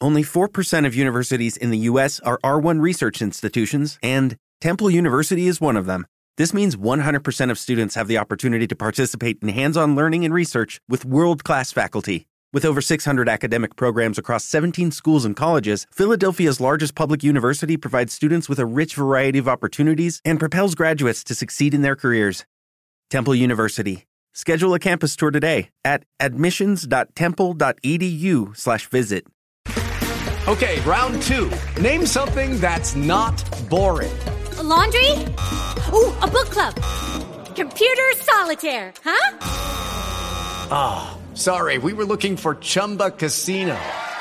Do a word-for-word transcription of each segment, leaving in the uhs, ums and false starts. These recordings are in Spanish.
Only four percent of universities in the U S are R one research institutions, and Temple University is one of them. This means one hundred percent of students have the opportunity to participate in hands-on learning and research with world-class faculty. With over six hundred academic programs across seventeen schools and colleges, Philadelphia's largest public university provides students with a rich variety of opportunities and propels graduates to succeed in their careers. Temple University. Schedule a campus tour today at admissions.temple.edu slash visit. Okay, round two. Name something that's not boring. A laundry? Ooh, a book club. Computer solitaire, huh? Ah, oh, sorry, we were looking for Chumba Casino.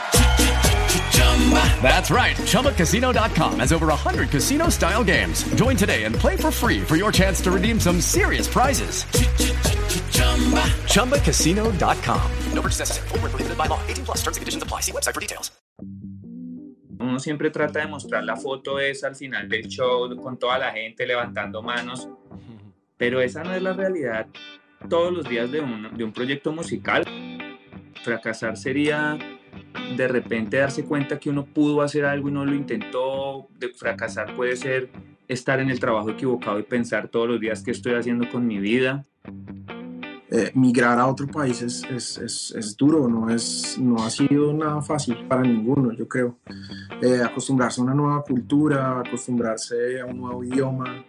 That's right, Chumba Casino dot com has over one hundred casino-style games. Join today and play for free for your chance to redeem some serious prizes. Chumba Casino dot com. No purchase necessary. Void where prohibited by law. eighteen plus terms and conditions apply. See website for details. Uno siempre trata de mostrar la foto esa al final del show con toda la gente levantando manos, pero esa no es la realidad todos los días de un, de un proyecto musical. Fracasar sería de repente darse cuenta que uno pudo hacer algo y no lo intentó. De fracasar puede ser estar en el trabajo equivocado y pensar todos los días qué estoy haciendo con mi vida. Eh, migrar a otro país es, es, es, es duro, no, es, no ha sido nada fácil para ninguno, yo creo. Eh, acostumbrarse a una nueva cultura, acostumbrarse a un nuevo idioma.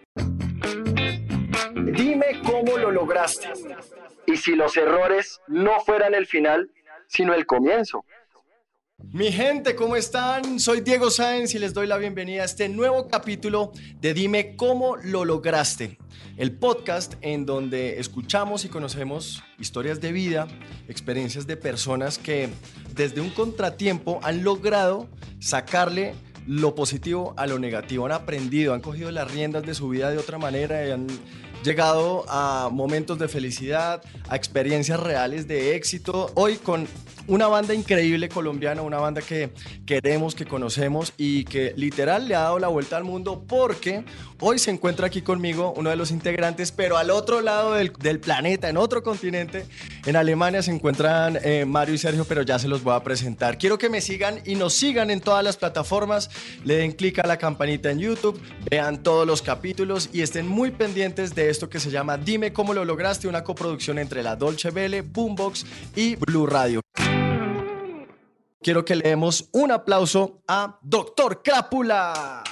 Dime cómo lo lograste. Y si los errores no fueran el final, sino el comienzo. Mi gente, ¿cómo están? Soy Diego Sáenz y les doy la bienvenida a este nuevo capítulo de Dime cómo lo lograste, el podcast en donde escuchamos y conocemos historias de vida, experiencias de personas que desde un contratiempo han logrado sacarle lo positivo a lo negativo, han aprendido, han cogido las riendas de su vida de otra manera y han llegado a momentos de felicidad, a experiencias reales de éxito. Hoy con una banda increíble colombiana, una banda que queremos, que conocemos y que literal le ha dado la vuelta al mundo, porque hoy se encuentra aquí conmigo uno de los integrantes, pero al otro lado del, del planeta, en otro continente, en Alemania, se encuentran eh, Mario y Sergio, pero ya se los voy a presentar. Quiero que me sigan y nos sigan en todas las plataformas, le den clic a la campanita en YouTube, vean todos los capítulos y estén muy pendientes de esto que se llama Dime cómo lo lograste, una coproducción entre la Dolce Welle, Boombox y Blue Radio. Quiero que le demos un aplauso a Doctor Crápula.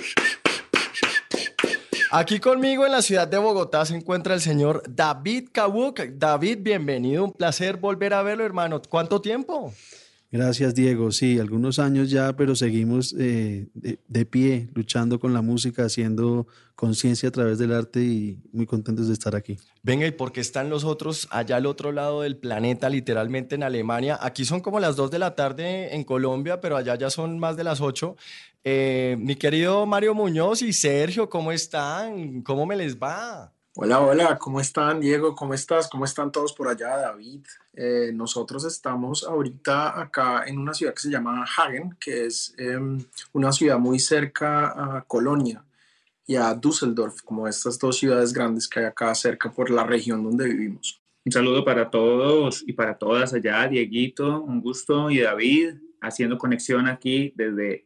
Aquí conmigo en la ciudad de Bogotá se encuentra el señor David Kawuk. David, bienvenido, un placer volver a verlo, hermano. ¿Cuánto tiempo? Gracias, Diego. Sí, algunos años ya, pero seguimos eh, de, de pie, luchando con la música, haciendo conciencia a través del arte y muy contentos de estar aquí. Venga, ¿y por qué están los otros allá al otro lado del planeta, literalmente en Alemania? Aquí son como las dos de la tarde en Colombia, pero allá ya son más de las ocho. Eh, mi querido Mario Muñoz y Sergio, ¿cómo están? ¿Cómo me les va? Hola, hola, ¿cómo están, Diego? ¿Cómo estás? ¿Cómo están todos por allá, David? Eh, nosotros estamos ahorita acá en una ciudad que se llama Hagen, que es eh, una ciudad muy cerca a Colonia y a Düsseldorf, como estas dos ciudades grandes que hay acá cerca por la región donde vivimos. Un saludo para todos y para todas allá, Dieguito, un gusto, y David, haciendo conexión aquí desde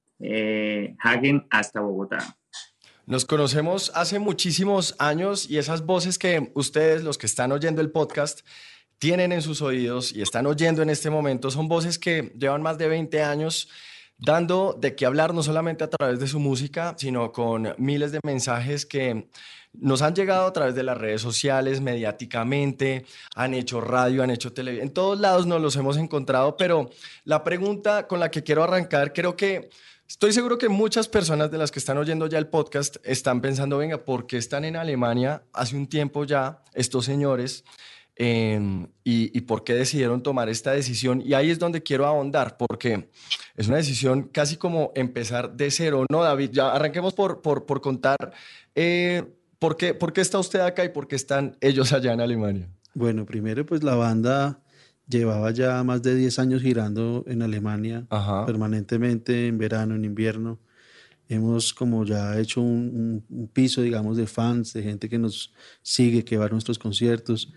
eh, Hagen hasta Bogotá. Nos conocemos hace muchísimos años y esas voces que ustedes, los que están oyendo el podcast, tienen en sus oídos y están oyendo en este momento son voces que llevan más de veinte años dando de qué hablar, no solamente a través de su música, sino con miles de mensajes que nos han llegado a través de las redes sociales, mediáticamente, han hecho radio, han hecho televisión, en todos lados nos los hemos encontrado, pero la pregunta con la que quiero arrancar, creo que estoy seguro que muchas personas de las que están oyendo ya el podcast están pensando, venga, ¿por qué están en Alemania hace un tiempo ya estos señores? Eh, y, y por qué decidieron tomar esta decisión. Y ahí es donde quiero ahondar, porque es una decisión casi como empezar de cero, ¿no, David? Ya arranquemos por, por, por contar eh, ¿por qué, por qué está usted acá y por qué están ellos allá en Alemania. Bueno, primero pues la banda llevaba ya más de diez años girando en Alemania. Ajá. Permanentemente, en verano, en invierno. Hemos como ya hecho un, un, un piso, digamos, de fans, de gente que nos sigue, que va a nuestros conciertos.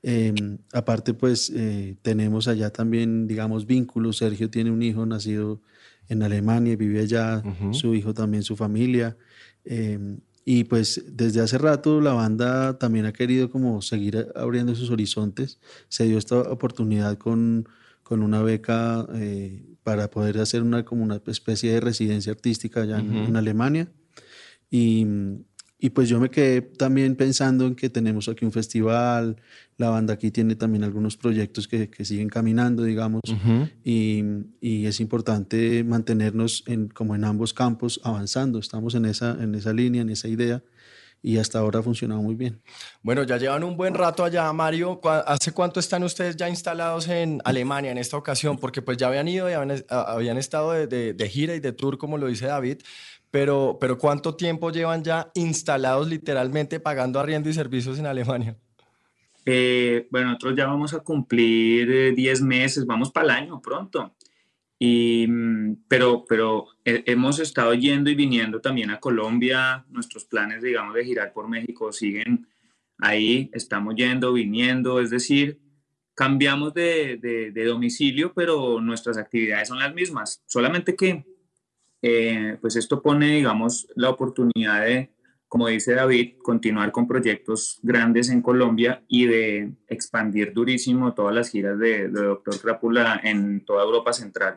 Eh, aparte, pues eh, tenemos allá también, digamos, vínculos. Sergio tiene un hijo nacido en Alemania y vive allá, uh-huh. Su hijo también, su familia. Eh, y pues desde hace rato la banda también ha querido como seguir abriendo sus horizontes. Se dio esta oportunidad con, con una beca eh, para poder hacer una, como una especie de residencia artística allá uh-huh. en, en Alemania. Y, y pues yo me quedé también pensando en que tenemos aquí un festival, la banda aquí tiene también algunos proyectos que, que siguen caminando, digamos, uh-huh. y, y es importante mantenernos en, como en ambos campos avanzando. Estamos en esa, en esa línea, en esa idea, y hasta ahora ha funcionado muy bien. Bueno, ya llevan un buen rato allá, Mario. ¿Hace cuánto están ustedes ya instalados en Alemania en esta ocasión? Porque pues ya habían ido y habían, habían estado de, de, de gira y de tour, como lo dice David, pero, pero ¿cuánto tiempo llevan ya instalados literalmente pagando arriendo y servicios en Alemania? Eh, bueno, nosotros ya vamos a cumplir diez meses, vamos para el año pronto. Y, pero, pero hemos estado yendo y viniendo también a Colombia. Nuestros planes, digamos, de girar por México siguen ahí. Estamos yendo, viniendo, es decir, cambiamos de, de, de domicilio, pero nuestras actividades son las mismas. Solamente que eh, pues esto pone, digamos, la oportunidad de, como dice David, continuar con proyectos grandes en Colombia y de expandir durísimo todas las giras de, de Doctor Crápula en toda Europa Central.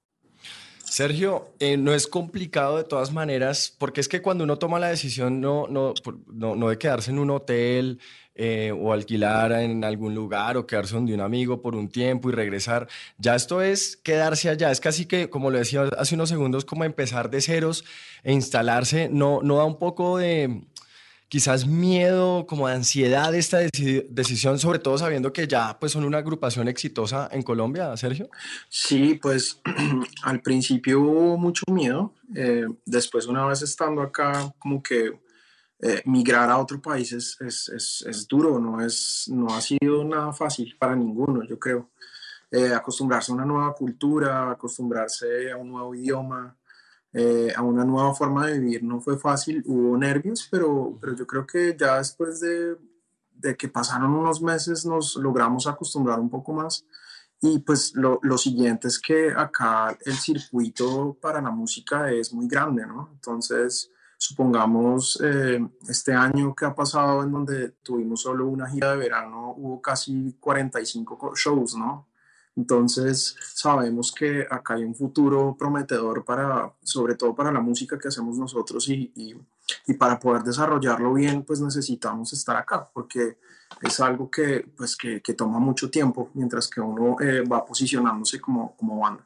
Sergio, eh, no es complicado de todas maneras, porque es que cuando uno toma la decisión no, no, no, no de quedarse en un hotel eh, o alquilar en algún lugar o quedarse donde un amigo por un tiempo y regresar, ya esto es quedarse allá, es casi que, como lo decía hace unos segundos, como empezar de ceros e instalarse, ¿no, no da un poco de quizás miedo, como de ansiedad esta deci- decisión, sobre todo sabiendo que ya pues son una agrupación exitosa en Colombia, Sergio? Sí, pues al principio hubo mucho miedo, eh, después una vez estando acá, como que eh, migrar a otro país es, es, es, es duro, no, es, no ha sido nada fácil para ninguno, yo creo. Eh, acostumbrarse a una nueva cultura, acostumbrarse a un nuevo idioma, Eh, a una nueva forma de vivir no fue fácil, hubo nervios, pero, pero yo creo que ya después de, de que pasaron unos meses nos logramos acostumbrar un poco más y pues lo, lo siguiente es que acá el circuito para la música es muy grande, ¿no? Entonces, supongamos eh, este año que ha pasado en donde tuvimos solo una gira de verano, hubo casi cuarenta y cinco shows, ¿no? Entonces sabemos que acá hay un futuro prometedor para, sobre todo para la música que hacemos nosotros y, y, y para poder desarrollarlo bien, pues necesitamos estar acá, porque es algo que, pues, que, que toma mucho tiempo mientras que uno eh, va posicionándose como, como banda.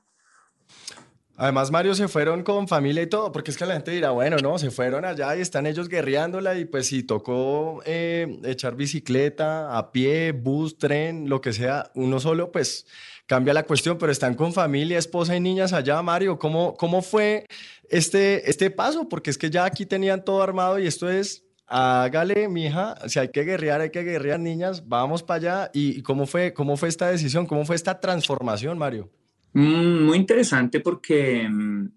Además, Mario, se fueron con familia y todo, porque es que la gente dirá, bueno, no, se fueron allá y están ellos guerreándola y pues si tocó eh, echar bicicleta, a pie, bus, tren, lo que sea, uno solo, pues cambia la cuestión, pero están con familia, esposa y niñas allá, Mario. ¿Cómo, cómo fue este, este paso? Porque es que ya aquí tenían todo armado y esto es, hágale, mija, si hay que guerrear, hay que guerrear, niñas, vamos para allá. ¿Y cómo fue, cómo fue esta decisión? ¿Cómo fue esta transformación, Mario? Muy interesante porque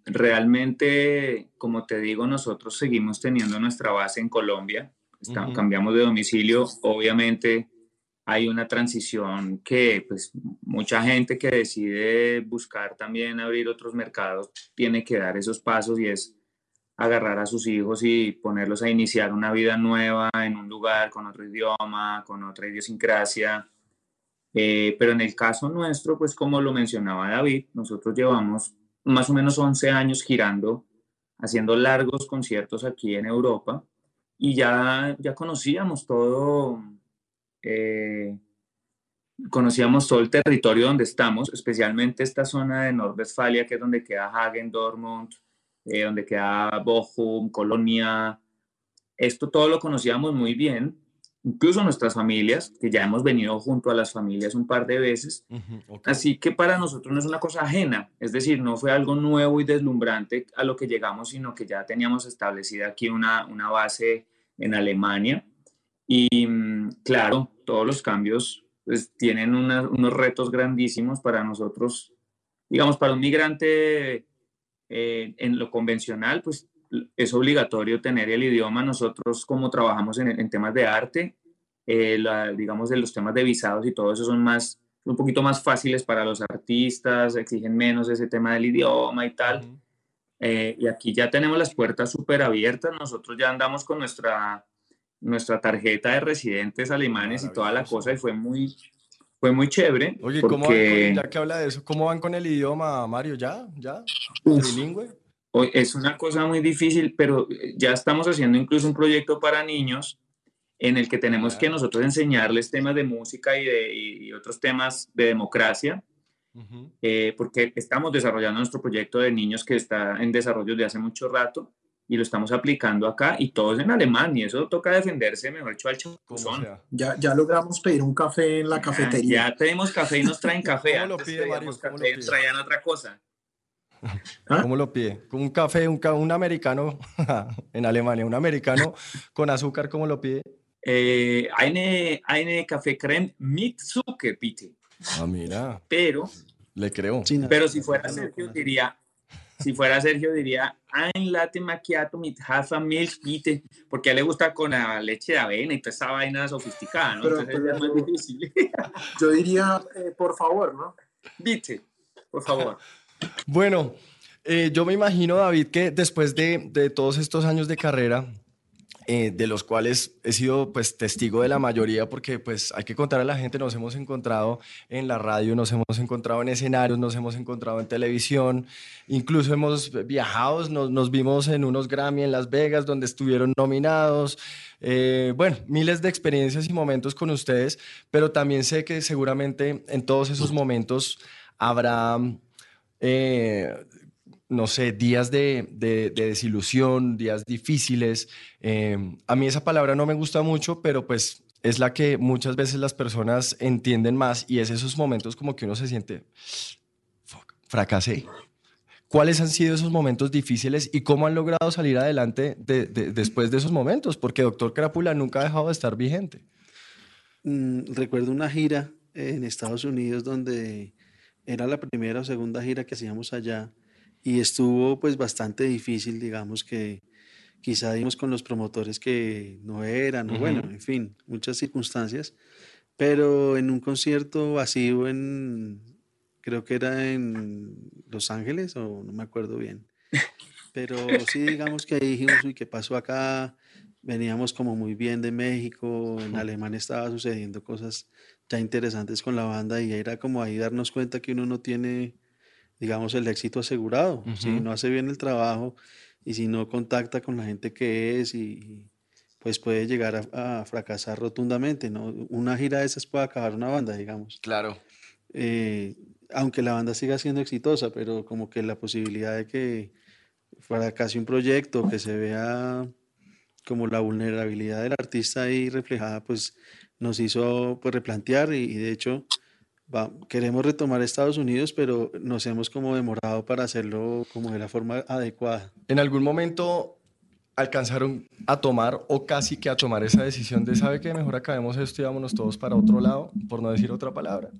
realmente, como te digo, nosotros seguimos teniendo nuestra base en Colombia. Está, uh-huh. Cambiamos de domicilio. Obviamente hay una transición que pues mucha gente que decide buscar también abrir otros mercados tiene que dar esos pasos y es agarrar a sus hijos y ponerlos a iniciar una vida nueva en un lugar con otro idioma, con otra idiosincrasia. Eh, pero en el caso nuestro, pues como lo mencionaba David, nosotros llevamos más o menos once años girando, haciendo largos conciertos aquí en Europa y ya, ya conocíamos todo, eh, conocíamos todo el territorio donde estamos, especialmente esta zona de Nordwestfalia, que es donde queda Hagen, Dortmund, eh, donde queda Bochum, Colonia. Esto todo lo conocíamos muy bien. Incluso nuestras familias, que ya hemos venido junto a las familias un par de veces. Uh-huh, okay. Así que para nosotros no es una cosa ajena, es decir, no fue algo nuevo y deslumbrante a lo que llegamos, sino que ya teníamos establecida aquí una, una base en Alemania. Y claro, todos los cambios pues, tienen una, unos retos grandísimos para nosotros. Digamos, para un migrante eh, en lo convencional, pues es obligatorio tener el idioma. Nosotros, como trabajamos en, en temas de arte, eh, la, digamos, de los temas de visados y todo eso son más, un poquito más fáciles para los artistas, exigen menos ese tema del idioma y tal. Uh-huh. Eh, y aquí ya tenemos las puertas súper abiertas, nosotros ya andamos con nuestra, nuestra tarjeta de residentes alemanes y toda la cosa, y fue muy, fue muy chévere. Oye, porque... ¿cómo van con, ya que habla de eso, cómo van con el idioma, Mario? ¿Ya? ¿Ya? ¿Trilingüe? Es una cosa muy difícil, pero ya estamos haciendo incluso un proyecto para niños en el que tenemos claro. que nosotros enseñarles temas de música y, de, y, y otros temas de democracia. Uh-huh. eh, porque estamos desarrollando nuestro proyecto de niños que está en desarrollo desde hace mucho rato y lo estamos aplicando acá y todos en alemán y eso toca defenderse, mejor dicho, al chapuzón. Ya, ya logramos pedir un café en la cafetería. Ya, ya pedimos café y nos traen café. ¿Cómo lo pide, Mario? ¿Cómo café, lo pide? Traían otra cosa. ¿Ah? ¿Cómo lo pide? Un café, un, un americano en Alemania, un americano con azúcar, ¿cómo lo pide? Eh, eine, eine Kaffeecreme mit Zucker, bitte. Ah, mira. Pero, le creo. Pero si fuera Sergio, diría, si fuera Sergio, diría, ein Latte Macchiato mit Hafermilch, bitte, porque a él le gusta con la leche de avena y toda esa vaina sofisticada, ¿no? Pero, Entonces pero, es más difícil. Yo diría, eh, por favor, ¿no? Bitte, por favor. Bueno, eh, yo me imagino, David, que después de, de todos estos años de carrera, Eh, de los cuales he sido pues testigo de la mayoría, porque pues hay que contar a la gente, nos hemos encontrado en la radio, nos hemos encontrado en escenarios, nos hemos encontrado en televisión, incluso hemos viajado, nos, nos vimos en unos Grammy en Las Vegas donde estuvieron nominados, eh, bueno, miles de experiencias y momentos con ustedes, pero también sé que seguramente en todos esos momentos habrá... Eh, no sé, días de, de, de desilusión, días difíciles. Eh, a mí esa palabra no me gusta mucho, pero pues es la que muchas veces las personas entienden más y es esos momentos como que uno se siente, fuck, fracasé. ¿Cuáles han sido esos momentos difíciles y cómo han logrado salir adelante de, de, después de esos momentos? Porque Doctor Crápula nunca ha dejado de estar vigente. Mm, recuerdo una gira en Estados Unidos donde era la primera o segunda gira que hacíamos allá. Y estuvo pues bastante difícil, digamos que quizá dimos con los promotores que no eran, o uh-huh. bueno, en fin, muchas circunstancias, pero en un concierto vacío en, creo que era en Los Ángeles, o no me acuerdo bien, pero sí digamos que ahí dijimos, uy, ¿qué pasó acá? Veníamos como muy bien de México, en Alemania estaba sucediendo cosas ya interesantes con la banda y era como ahí darnos cuenta que uno no tiene... digamos, el éxito asegurado. Uh-huh. Si no hace bien el trabajo y si no contacta con la gente que es, y pues puede llegar a, a fracasar rotundamente, ¿no? Una gira de esas puede acabar una banda, digamos. Claro. Eh, aunque la banda siga siendo exitosa, pero como que la posibilidad de que fracase un proyecto, que se vea como la vulnerabilidad del artista ahí reflejada, pues nos hizo pues replantear y, y de hecho... Va, queremos retomar Estados Unidos, pero nos hemos como demorado para hacerlo como de la forma adecuada. ¿En algún momento alcanzaron a tomar o casi que a tomar esa decisión de sabe que mejor acabemos esto y vámonos todos para otro lado, por no decir otra palabra?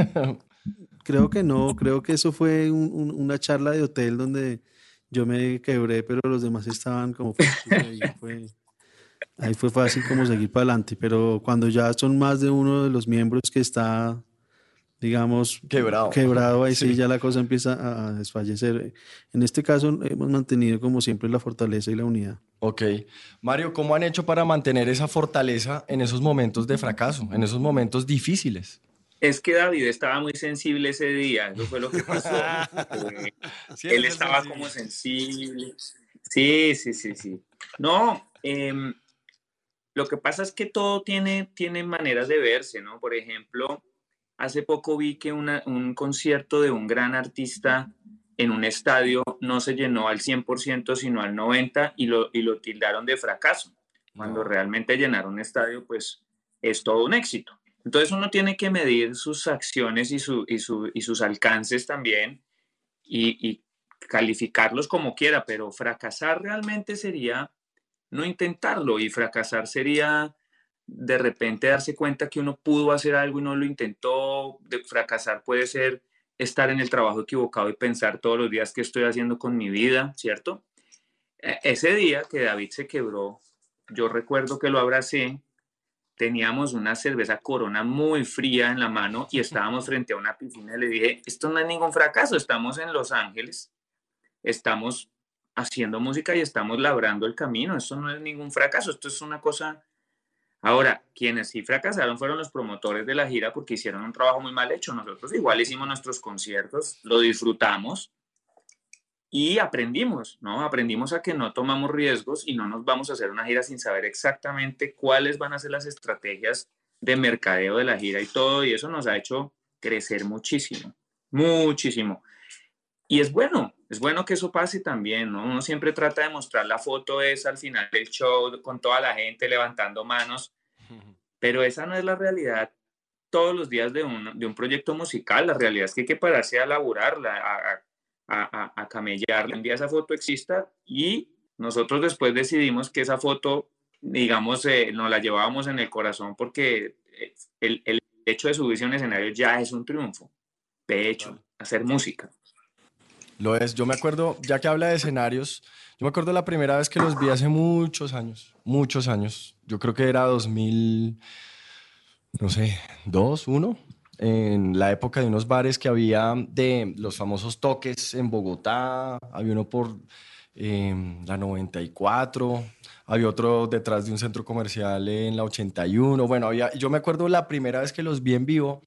Creo que no, creo que eso fue un, un, una charla de hotel donde yo me quebré, pero los demás estaban como... Ahí fue, ahí fue fácil como seguir para adelante, pero cuando ya son más de uno de los miembros que está... digamos, quebrado, quebrado ahí sí. sí ya la cosa empieza a desfallecer. En este caso hemos mantenido como siempre la fortaleza y la unidad. Ok. Mario, ¿cómo han hecho para mantener esa fortaleza en esos momentos de fracaso, en esos momentos difíciles? Es que David estaba muy sensible ese día, eso fue lo que pasó. eh, sí, él estaba sensible. como sensible. Sí, sí, sí, sí. No, eh, lo que pasa es que todo tiene, tiene maneras de verse, ¿no? Por ejemplo... Hace poco vi que una, un concierto de un gran artista en un estadio no se llenó al cien por ciento, sino al noventa por ciento y lo, y lo tildaron de fracaso. Cuando no. realmente llenar un estadio, pues es todo un éxito. Entonces uno tiene que medir sus acciones y, su, y, su, y sus alcances también y, y calificarlos como quiera, pero fracasar realmente sería no intentarlo y fracasar sería... de repente darse cuenta que uno pudo hacer algo y no lo intentó. De fracasar puede ser estar en el trabajo equivocado y pensar todos los días qué estoy haciendo con mi vida, ¿cierto? Ese día que David se quebró, yo recuerdo que lo abracé teníamos una cerveza Corona muy fría en la mano y estábamos frente a una piscina y le dije, esto no es ningún fracaso, estamos en Los Ángeles, estamos haciendo música y estamos labrando el camino, esto no es ningún fracaso, esto es una cosa... Ahora, quienes sí fracasaron fueron los promotores de la gira porque hicieron un trabajo muy mal hecho. Nosotros igual hicimos nuestros conciertos, lo disfrutamos y aprendimos, ¿no? Aprendimos a que no tomamos riesgos y no nos vamos a hacer una gira sin saber exactamente cuáles van a ser las estrategias de mercadeo de la gira y todo, y eso nos ha hecho crecer muchísimo, muchísimo. Y es bueno, es bueno que eso pase también, ¿no? Uno siempre trata de mostrar la foto esa al final del show con toda la gente levantando manos, pero esa no es la realidad todos los días de un, de un proyecto musical. La realidad es que hay que pararse a laburarla, a, a, a, a camellarla. Un día esa foto exista y nosotros después decidimos que esa foto, digamos, eh, nos la llevábamos en el corazón porque el, el hecho de subirse a un escenario ya es un triunfo. De hecho, hacer música. Lo es. Yo me acuerdo, ya que habla de escenarios, yo me acuerdo la primera vez que los vi hace muchos años, muchos años. Yo creo que era dos mil, no sé, dos, uno, en la época de unos bares que había de los famosos toques en Bogotá. Había uno por eh, la noventa y cuatro, había otro detrás de un centro comercial en la ochenta y uno. Bueno, había, yo me acuerdo la primera vez que los vi en vivo.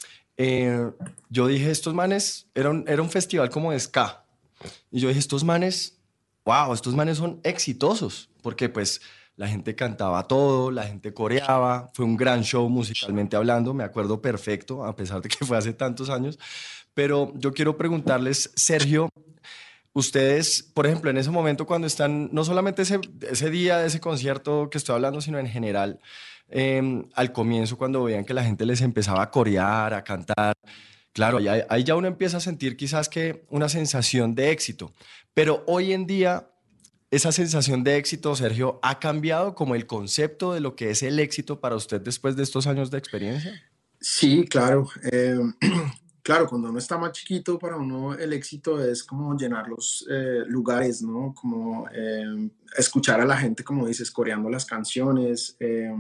Eh, yo dije, estos manes, era un, era un festival como de ska, y yo dije, estos manes, wow, estos manes son exitosos, porque pues la gente cantaba todo, la gente coreaba, fue un gran show musicalmente hablando, me acuerdo perfecto, a pesar de que fue hace tantos años. Pero yo quiero preguntarles, Sergio, ustedes, por ejemplo, en ese momento cuando están, no solamente ese, ese día de ese concierto que estoy hablando, sino en general, Eh, al comienzo cuando veían que la gente les empezaba a corear, a cantar, claro, ahí, ahí ya uno empieza a sentir quizás que una sensación de éxito, pero hoy en día esa sensación de éxito, Sergio, ¿ha cambiado como el concepto de lo que es el éxito para usted después de estos años de experiencia? Sí, claro. Eh, claro, cuando uno está más chiquito, para uno el éxito es como llenar los eh, lugares, ¿no? Como eh, escuchar a la gente, como dices, coreando las canciones, eh,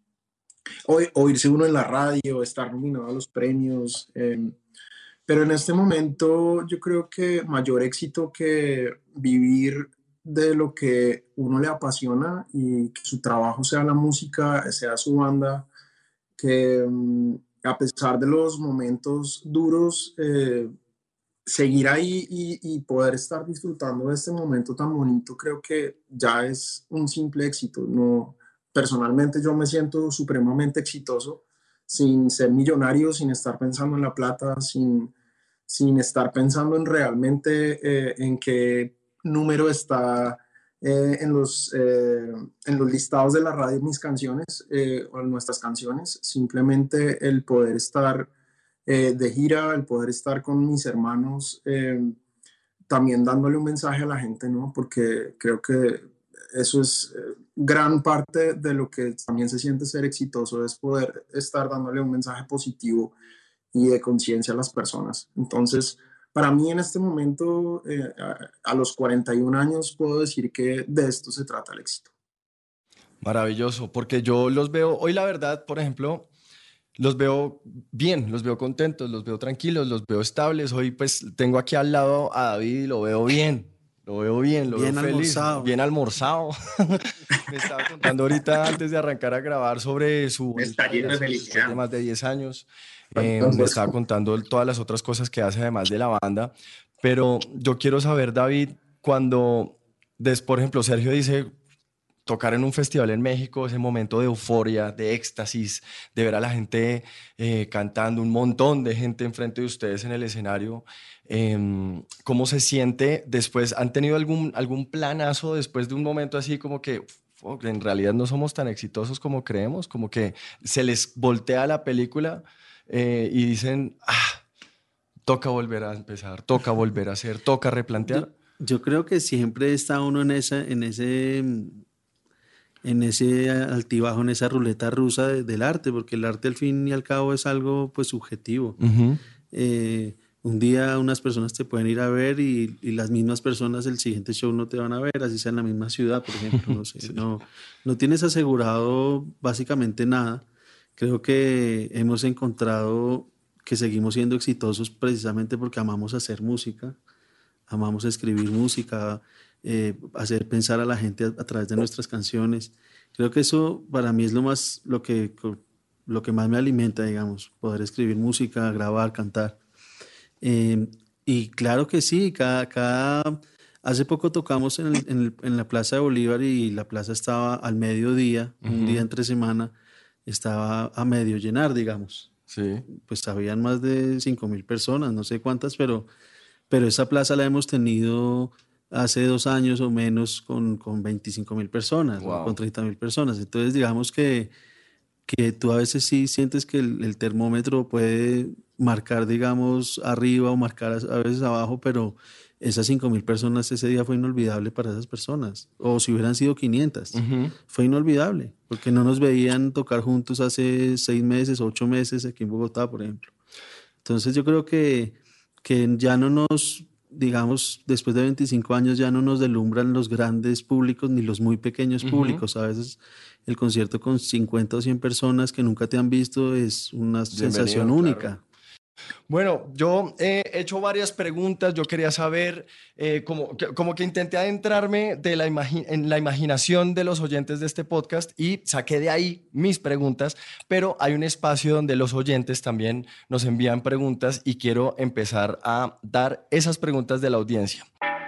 oírse uno en la radio, estar nominado a los premios. Eh, pero en este momento yo creo que mayor éxito que vivir de lo que uno le apasiona y que su trabajo sea la música, sea su banda, que um, a pesar de los momentos duros, eh, seguir ahí y, y poder estar disfrutando de este momento tan bonito, creo que ya es un simple éxito. No, personalmente yo me siento supremamente exitoso sin ser millonario, sin estar pensando en la plata, sin, sin estar pensando en realmente eh, en qué número está eh, en, los, eh, en los listados de la radio mis canciones eh, o nuestras canciones. Simplemente el poder estar eh, de gira, el poder estar con mis hermanos, eh, también dándole un mensaje a la gente, ¿no? Porque creo que eso es eh, gran parte de lo que también se siente ser exitoso, es poder estar dándole un mensaje positivo y de conciencia a las personas. Entonces, para mí en este momento, eh, a, a los cuarenta y un años, puedo decir que de esto se trata el éxito. Maravilloso, porque yo los veo, hoy la verdad, por ejemplo, los veo bien, los veo contentos, los veo tranquilos, los veo estables. Hoy pues tengo aquí al lado a David y lo veo bien. Lo veo bien, lo bien veo feliz, almorzado. bien almorzado. Me estaba contando ahorita antes de arrancar a grabar sobre su... Me está lleno de felicidad. De más de diez años. Eh, me estaba contando todas las otras cosas que hace además de la banda. Pero yo quiero saber, David, cuando, des, por ejemplo, Sergio dice... tocar en un festival en México, ese momento de euforia, de éxtasis, de ver a la gente eh, cantando, un montón de gente enfrente de ustedes en el escenario. Eh, ¿Cómo se siente después? ¿Han tenido algún, algún planazo después de un momento así como que oh, en realidad no somos tan exitosos como creemos? Como que se les voltea la película eh, y dicen, ah, toca volver a empezar, toca volver a hacer, toca replantear. Yo, yo creo que siempre está uno en, esa, en ese... en ese altibajo, en esa ruleta rusa de, del arte, porque el arte al fin y al cabo es algo pues subjetivo. Uh-huh. Eh, un día unas personas te pueden ir a ver y, y las mismas personas el siguiente show no te van a ver, así sea en la misma ciudad, por ejemplo. No sé, sí. no, no tienes asegurado básicamente nada. Creo que hemos encontrado que seguimos siendo exitosos precisamente porque amamos hacer música, amamos escribir música, eh, hacer pensar a la gente a, a través de nuestras canciones. Creo que eso para mí es lo más, lo que, lo que más me alimenta, digamos, poder escribir música, grabar, cantar. Eh, y claro que sí, cada, cada, hace poco tocamos en, el, en, el, en la Plaza de Bolívar y la plaza estaba al mediodía, uh-huh. un día entre semana, estaba a medio llenar, digamos. Sí. Pues habían más de cinco mil personas, no sé cuántas, pero, pero esa plaza la hemos tenido hace dos años o menos con, con veinticinco mil personas, wow. o con treinta mil personas. Entonces digamos que, que tú a veces sí sientes que el, el termómetro puede marcar, digamos, arriba o marcar a veces abajo, pero esas cinco mil personas ese día fue inolvidable para esas personas. O si hubieran sido quinientas, uh-huh. fue inolvidable, porque no nos veían tocar juntos hace seis meses, ocho meses aquí en Bogotá, por ejemplo. Entonces yo creo que, que ya no nos, digamos, después de veinticinco años ya no nos deslumbran los grandes públicos ni los muy pequeños uh-huh. públicos. A veces el concierto con cincuenta o cien personas que nunca te han visto es una Bienvenido, sensación única. Claro. Bueno, yo he hecho varias preguntas, yo quería saber, eh, como, que, como que intenté adentrarme de la imagi- en la imaginación de los oyentes de este podcast y saqué de ahí mis preguntas, pero hay un espacio donde los oyentes también nos envían preguntas y quiero empezar a dar esas preguntas de la audiencia.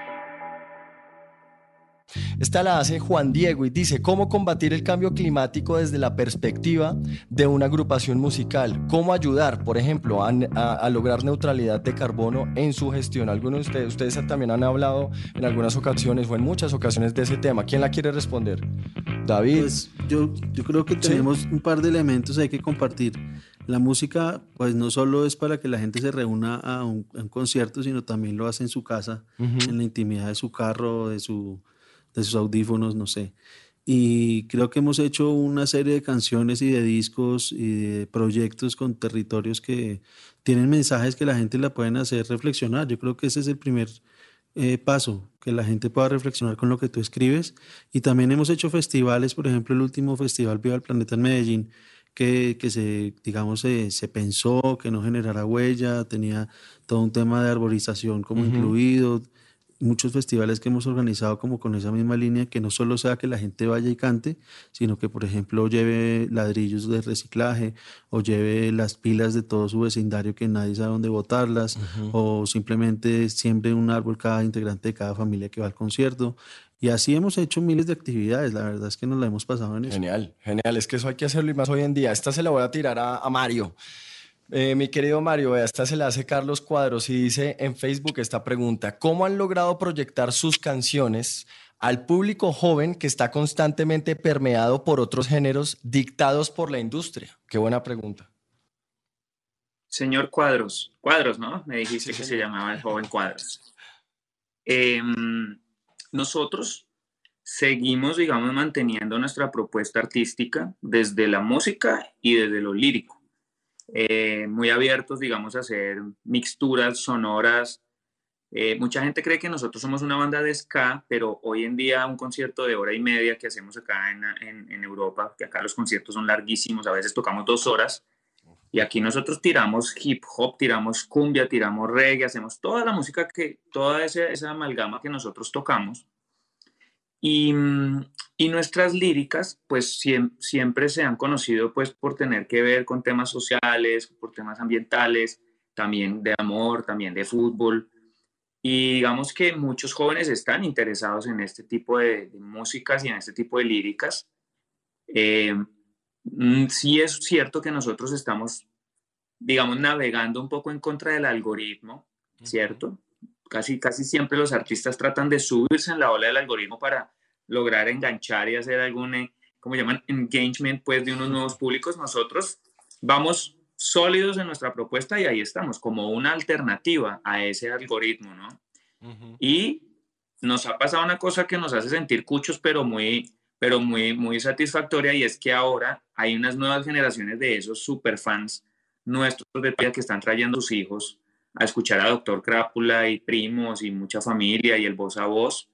Esta la hace Juan Diego y dice: ¿cómo combatir el cambio climático desde la perspectiva de una agrupación musical? ¿Cómo ayudar, por ejemplo, a, a, a lograr neutralidad de carbono en su gestión? Algunos de ustedes, ustedes también han hablado en algunas ocasiones o en muchas ocasiones de ese tema. ¿Quién la quiere responder? David. Pues yo, yo creo que tenemos ¿Sí? un par de elementos hay que compartir. La música, pues no solo es para que la gente se reúna a un, a un concierto, sino también lo hace en su casa, uh-huh. en la intimidad de su carro, de su... de sus audífonos, no sé. Y creo que hemos hecho una serie de canciones y de discos y de proyectos con territorios que tienen mensajes que la gente la pueden hacer reflexionar. Yo creo que ese es el primer eh, paso, que la gente pueda reflexionar con lo que tú escribes. Y también hemos hecho festivales, por ejemplo, el último festival Viva el Planeta en Medellín, que, que se, digamos, se, se pensó que no generara huella, tenía todo un tema de arborización como uh-huh. incluido. Muchos festivales que hemos organizado como con esa misma línea, que no solo sea que la gente vaya y cante, sino que, por ejemplo, lleve ladrillos de reciclaje o lleve las pilas de todo su vecindario que nadie sabe dónde botarlas, uh-huh. o simplemente siembre un árbol cada integrante de cada familia que va al concierto. Y así hemos hecho miles de actividades, la verdad es que nos la hemos pasado en eso. Genial, genial, es que eso hay que hacerlo y más hoy en día. Esta se la voy a tirar a, a Mario. Eh, mi querido Mario, vea, esta se la hace Carlos Cuadros y dice en Facebook esta pregunta: ¿cómo han logrado proyectar sus canciones al público joven que está constantemente permeado por otros géneros dictados por la industria? Qué buena pregunta. Señor Cuadros, Cuadros, ¿no? Me dijiste sí, que señor. Se llamaba el joven Cuadros. Eh, nosotros seguimos, digamos, manteniendo nuestra propuesta artística desde la música y desde lo lírico. Eh, muy abiertos, digamos, a hacer mixturas sonoras. Eh, mucha gente cree que nosotros somos una banda de ska, pero hoy en día un concierto de hora y media que hacemos acá en, en, en Europa, que acá los conciertos son larguísimos, a veces tocamos dos horas, y aquí nosotros tiramos hip hop, tiramos cumbia, tiramos reggae, hacemos toda la música, que toda esa, esa amalgama que nosotros tocamos. Y, y nuestras líricas, pues siempre, siempre se han conocido pues, por tener que ver con temas sociales, por temas ambientales, también de amor, también de fútbol. Y digamos que muchos jóvenes están interesados en este tipo de, de músicas y en este tipo de líricas. Eh, sí es cierto que nosotros estamos, digamos, navegando un poco en contra del algoritmo, ¿cierto? Casi, casi siempre los artistas tratan de subirse en la ola del algoritmo para lograr enganchar y hacer algún, como llaman, engagement pues, de unos nuevos públicos. Nosotros vamos sólidos en nuestra propuesta y ahí estamos, como una alternativa a ese algoritmo, ¿no? Uh-huh. Y nos ha pasado una cosa que nos hace sentir cuchos, pero muy, pero muy, muy satisfactoria, y es que ahora hay unas nuevas generaciones de esos superfans nuestros de tía que están trayendo a sus hijos a escuchar a Doctor Crápula y primos y mucha familia y el voz a voz.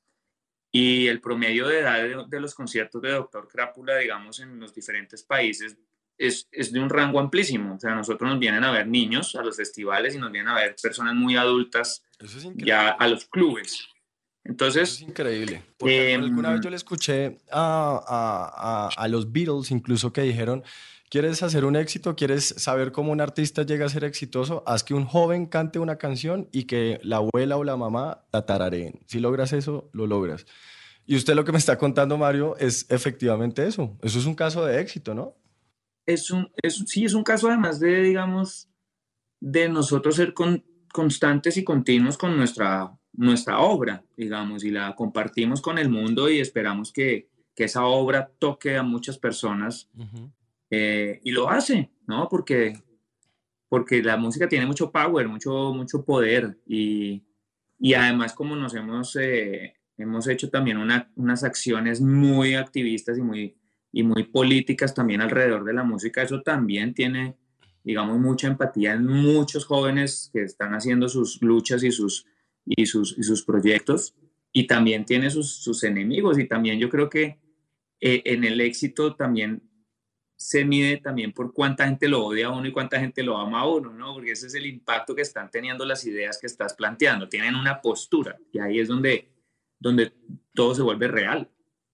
Y el promedio de edad de, de los conciertos de Doctor Crápula, digamos, en los diferentes países es, es de un rango amplísimo. O sea, a nosotros nos vienen a ver niños a los festivales y nos vienen a ver personas muy adultas. Eso es increíble. Ya a los clubes. Entonces, eso es increíble. Porque eh, alguna vez yo le escuché a, a, a, a los Beatles incluso que dijeron: ¿quieres hacer un éxito? ¿Quieres saber cómo un artista llega a ser exitoso? Haz que un joven cante una canción y que la abuela o la mamá la tarareen. Si logras eso, lo logras. Y usted lo que me está contando, Mario, es efectivamente eso. Eso es un caso de éxito, ¿no? Es un, es, sí, es un caso además de, digamos, de nosotros ser con, constantes y continuos con nuestra, nuestra obra, digamos, y la compartimos con el mundo y esperamos que, que esa obra toque a muchas personas. Uh-huh. Eh, y lo hace, ¿no? Porque, porque la música tiene mucho power, mucho, mucho poder y, y además como nos hemos, eh, hemos hecho también una, unas acciones muy activistas y muy, y muy políticas también alrededor de la música, eso también tiene, digamos, mucha empatía en muchos jóvenes que están haciendo sus luchas y sus, y sus, y sus proyectos, y también tiene sus, sus enemigos, y también yo creo que eh, en el éxito también se mide también por cuánta gente lo odia a uno y cuánta gente lo ama a uno, ¿no? Porque ese es el impacto que están teniendo las ideas que estás planteando. Tienen una postura y ahí es donde, donde todo se vuelve real.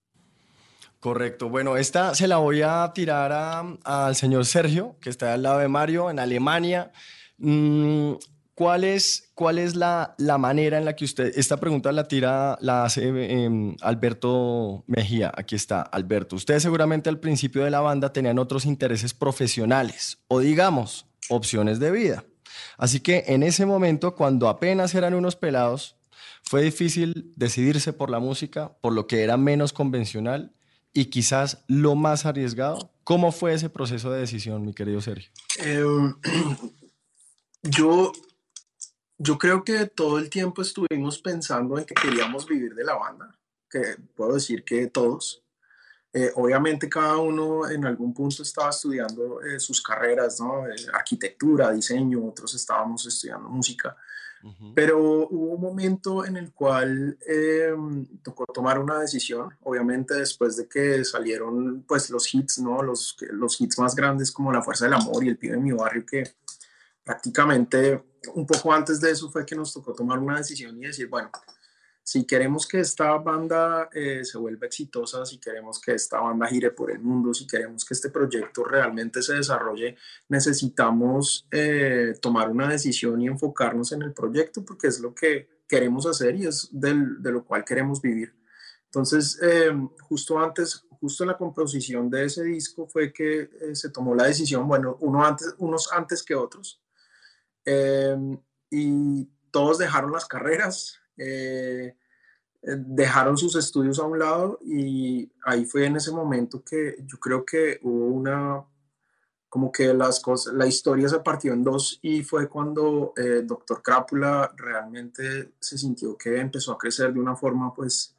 Correcto. Bueno, esta se la voy a tirar al señor Sergio, que está al lado de Mario, en Alemania. Mm, ¿Cuál es, cuál es la, la manera en la que usted, esta pregunta la tira, la hace eh, Alberto Mejía? Aquí está, Alberto. Ustedes seguramente al principio de la banda tenían otros intereses profesionales o, digamos, opciones de vida. Así que en ese momento, cuando apenas eran unos pelados, fue difícil decidirse por la música, por lo que era menos convencional y quizás lo más arriesgado. ¿Cómo fue ese proceso de decisión, mi querido Sergio? Eh, yo... Yo creo que todo el tiempo estuvimos pensando en que queríamos vivir de la banda, que puedo decir que todos. Eh, obviamente cada uno en algún punto estaba estudiando eh, sus carreras, ¿no? Eh, arquitectura, diseño, otros estábamos estudiando música. Uh-huh. Pero hubo un momento en el cual eh, tocó tomar una decisión, obviamente después de que salieron pues, los hits, ¿no? Los, los hits más grandes como La Fuerza del Amor y El Pibe de mi Barrio, que prácticamente un poco antes de eso fue que nos tocó tomar una decisión y decir, bueno, si queremos que esta banda eh, se vuelva exitosa, si queremos que esta banda gire por el mundo, si queremos que este proyecto realmente se desarrolle, necesitamos eh, tomar una decisión y enfocarnos en el proyecto porque es lo que queremos hacer y es del, de lo cual queremos vivir. Entonces, eh, justo antes, justo en la composición de ese disco fue que eh, se tomó la decisión, bueno, uno antes, unos antes que otros, eh, y todos dejaron las carreras, eh, dejaron sus estudios a un lado y ahí fue en ese momento que yo creo que hubo una, como que las cosas, la historia se partió en dos y fue cuando eh, Doctor Crápula realmente se sintió que empezó a crecer de una forma pues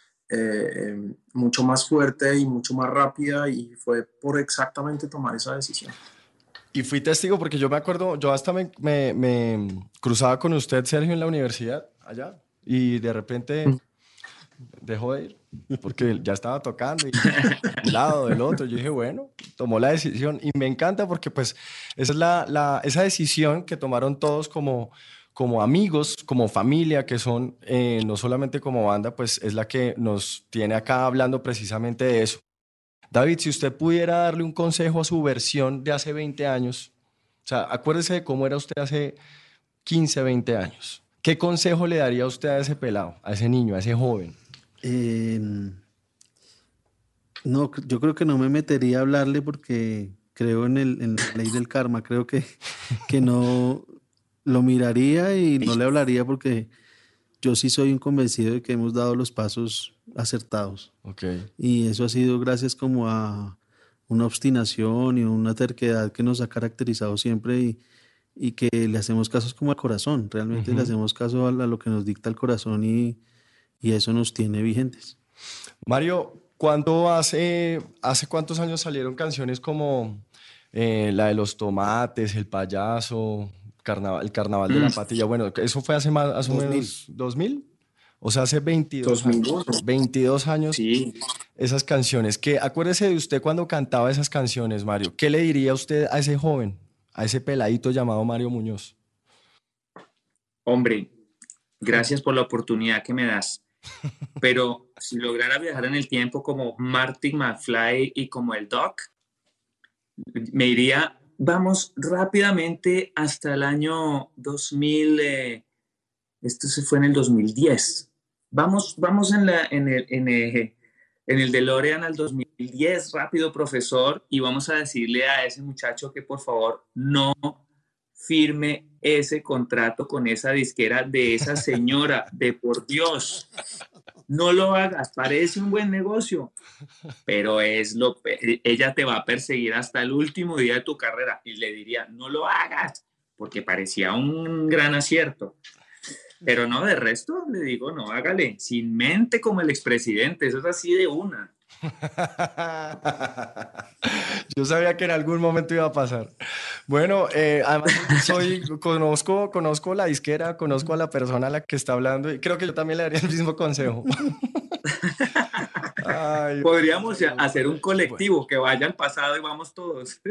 eh, mucho más fuerte y mucho más rápida y fue por exactamente tomar esa decisión. Y fui testigo porque yo me acuerdo, yo hasta me, me, me cruzaba con usted, Sergio, en la universidad, allá, y de repente dejó de ir porque ya estaba tocando y de un lado, del otro. Yo dije, bueno, tomó la decisión y me encanta porque pues esa es la, la, esa decisión que tomaron todos como, como amigos, como familia, que son, eh, no solamente como banda, pues es la que nos tiene acá hablando precisamente de eso. David, si usted pudiera darle un consejo a su versión de hace veinte años, o sea, acuérdese de cómo era usted hace quince, veinte años. ¿Qué consejo le daría usted a ese pelado, a ese niño, a ese joven? Eh, no, yo creo que no me metería a hablarle porque creo en, el, en la ley del karma. Creo que, que no lo miraría y no le hablaría porque yo sí soy un convencido de que hemos dado los pasos acertados. Okay. Y eso ha sido gracias como a una obstinación y una terquedad que nos ha caracterizado siempre y, y que le hacemos caso como al corazón. Realmente uh-huh. le hacemos caso a, a lo que nos dicta el corazón y, y eso nos tiene vigentes. Mario, ¿cuánto hace, hace cuántos años salieron canciones como eh, la de los tomates, el payaso, carnaval, el carnaval mm. de la patilla? Bueno, eso fue hace más o menos dos mil. O sea, hace veintidós años. veintidós años. Sí. esas canciones. ¿Qué, acuérdese de usted cuando cantaba esas canciones, Mario. ¿Qué le diría usted a ese joven, a ese peladito llamado Mario Muñoz? Hombre, gracias por la oportunidad que me das. Pero si lograra viajar en el tiempo como Marty McFly y como el Doc, me iría, vamos rápidamente hasta el año dos mil, eh, esto se fue en el dos mil diez. Vamos, vamos en, la, en, el, en, el, en el DeLorean al dos mil diez, rápido, profesor, y vamos a decirle a ese muchacho que por favor no firme ese contrato con esa disquera de esa señora, de por Dios. No lo hagas, parece un buen negocio, pero es lo, ella te va a perseguir hasta el último día de tu carrera. Y le diría, no lo hagas, porque parecía un gran acierto. Pero no, de resto le digo, no, hágale, sin mente como el expresidente, eso es así de una. Yo sabía que en algún momento iba a pasar. Bueno, eh, además soy, conozco, conozco la disquera, conozco a la persona a la que está hablando y creo que yo también le daría el mismo consejo. Ay, podríamos hacer un colectivo que vaya al pasado y vamos todos.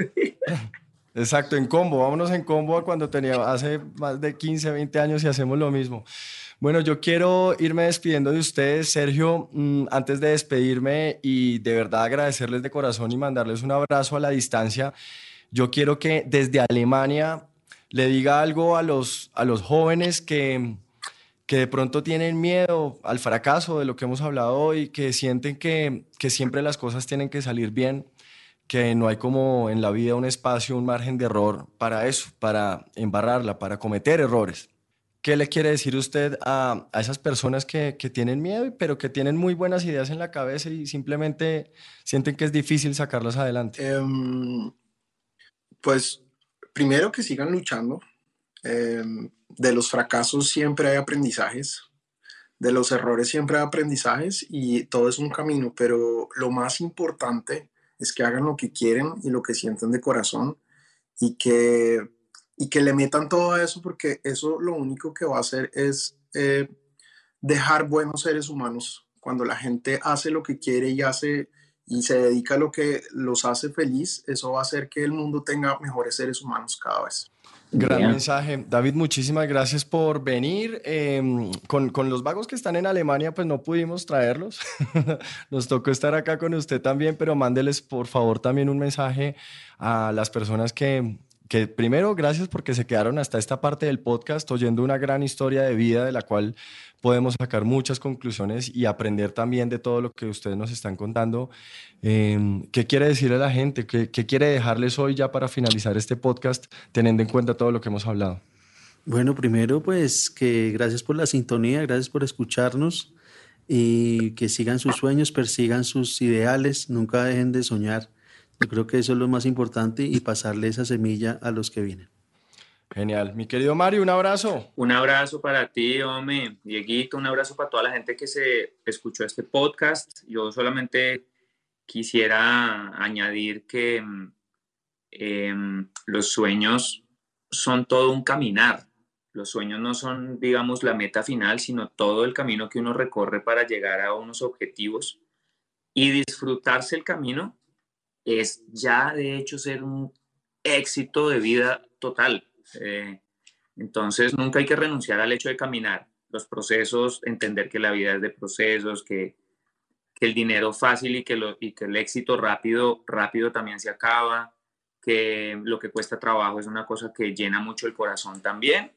Exacto, en combo, vámonos en combo a cuando tenía hace más de quince, veinte años y hacemos lo mismo. Bueno, yo quiero irme despidiendo de ustedes, Sergio, mmm, antes de despedirme y de verdad agradecerles de corazón y mandarles un abrazo a la distancia. Yo quiero que desde Alemania le diga algo a los, a los jóvenes que, que de pronto tienen miedo al fracaso de lo que hemos hablado hoy, que sienten que, que siempre las cosas tienen que salir bien, que no hay como en la vida un espacio, un margen de error para eso, para embarrarla, para cometer errores. ¿Qué le quiere decir usted a, a esas personas que, que tienen miedo, pero que tienen muy buenas ideas en la cabeza y simplemente sienten que es difícil sacarlas adelante? Um, pues primero que sigan luchando. Um, de los fracasos siempre hay aprendizajes, de los errores siempre hay aprendizajes y todo es un camino, pero lo más importante es que hagan lo que quieren y lo que sienten de corazón y que... y que le metan todo a eso, porque eso lo único que va a hacer es eh, dejar buenos seres humanos. Cuando la gente hace lo que quiere y, hace, y se dedica a lo que los hace feliz, eso va a hacer que el mundo tenga mejores seres humanos cada vez. Gran Bien. mensaje. David, muchísimas gracias por venir. Eh, con, con los vagos que están en Alemania, pues no pudimos traerlos. Nos tocó estar acá con usted también, pero mándeles por favor también un mensaje a las personas que... que primero, gracias porque se quedaron hasta esta parte del podcast oyendo una gran historia de vida de la cual podemos sacar muchas conclusiones y aprender también de todo lo que ustedes nos están contando. Eh, ¿Qué quiere decirle a la gente? ¿Qué, qué quiere dejarles hoy ya para finalizar este podcast teniendo en cuenta todo lo que hemos hablado? Bueno, primero pues que gracias por la sintonía, gracias por escucharnos y que sigan sus sueños, persigan sus ideales, nunca dejen de soñar. Yo creo que eso es lo más importante y pasarle esa semilla a los que vienen. Genial. Mi querido Mario, un abrazo. Un abrazo para ti, hombre. Dieguito, un abrazo para toda la gente que se escuchó este podcast. Yo solamente quisiera añadir que eh, los sueños son todo un caminar. Los sueños no son, digamos, la meta final, sino todo el camino que uno recorre para llegar a unos objetivos y disfrutarse el camino es ya de hecho ser un éxito de vida total. Eh, entonces nunca hay que renunciar al hecho de caminar. Los procesos, entender que la vida es de procesos, que, que el dinero fácil y que, lo, y que el éxito rápido, rápido también se acaba, que lo que cuesta trabajo es una cosa que llena mucho el corazón también.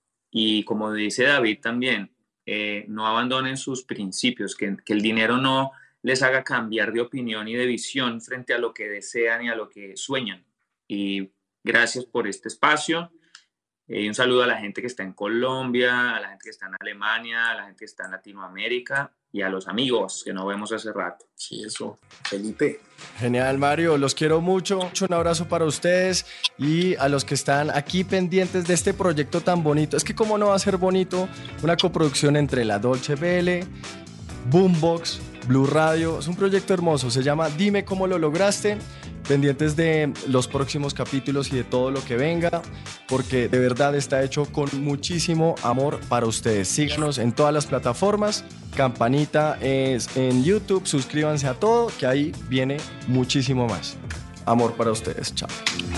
Y como dice David también, eh, no abandonen sus principios, que, que el dinero no les haga cambiar de opinión y de visión frente a lo que desean y a lo que sueñan. Y gracias por este espacio. Eh, y un saludo a la gente que está en Colombia, a la gente que está en Alemania, a la gente que está en Latinoamérica y a los amigos que no vemos hace rato. Sí, eso, Felipe. Genial, Mario. Los quiero mucho. Un abrazo para ustedes y a los que están aquí pendientes de este proyecto tan bonito. Es que cómo no va a ser bonito una coproducción entre la Dolce Vele, Boombox, Blue Radio. Es un proyecto hermoso, se llama Dime Cómo Lo Lograste pendientes de los próximos capítulos y de todo lo que venga, porque de verdad está hecho con muchísimo amor para ustedes. Síganos en todas las plataformas, campanita es en YouTube, suscríbanse a todo, que ahí viene muchísimo más. Amor para ustedes, chao.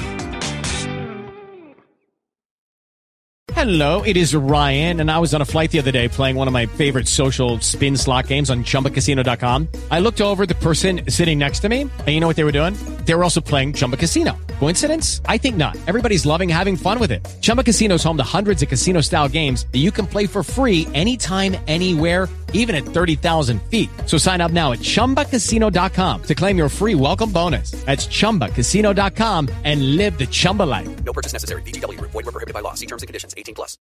Hello, it is Ryan, and I was on a flight the other day playing one of my favorite social spin slot games on Chumba Casino dot com. I looked over at the person sitting next to me, and you know what they were doing? They were also playing Chumba Casino. Coincidence? I think not. Everybody's loving having fun with it. Chumba Casino is home to hundreds of casino-style games that you can play for free anytime, anywhere, even at thirty thousand feet. So sign up now at Chumba Casino dot com to claim your free welcome bonus. That's Chumba Casino dot com and live the Chumba life. No purchase necessary. V G W. Void where prohibited by law. See terms and conditions. eighteen plus.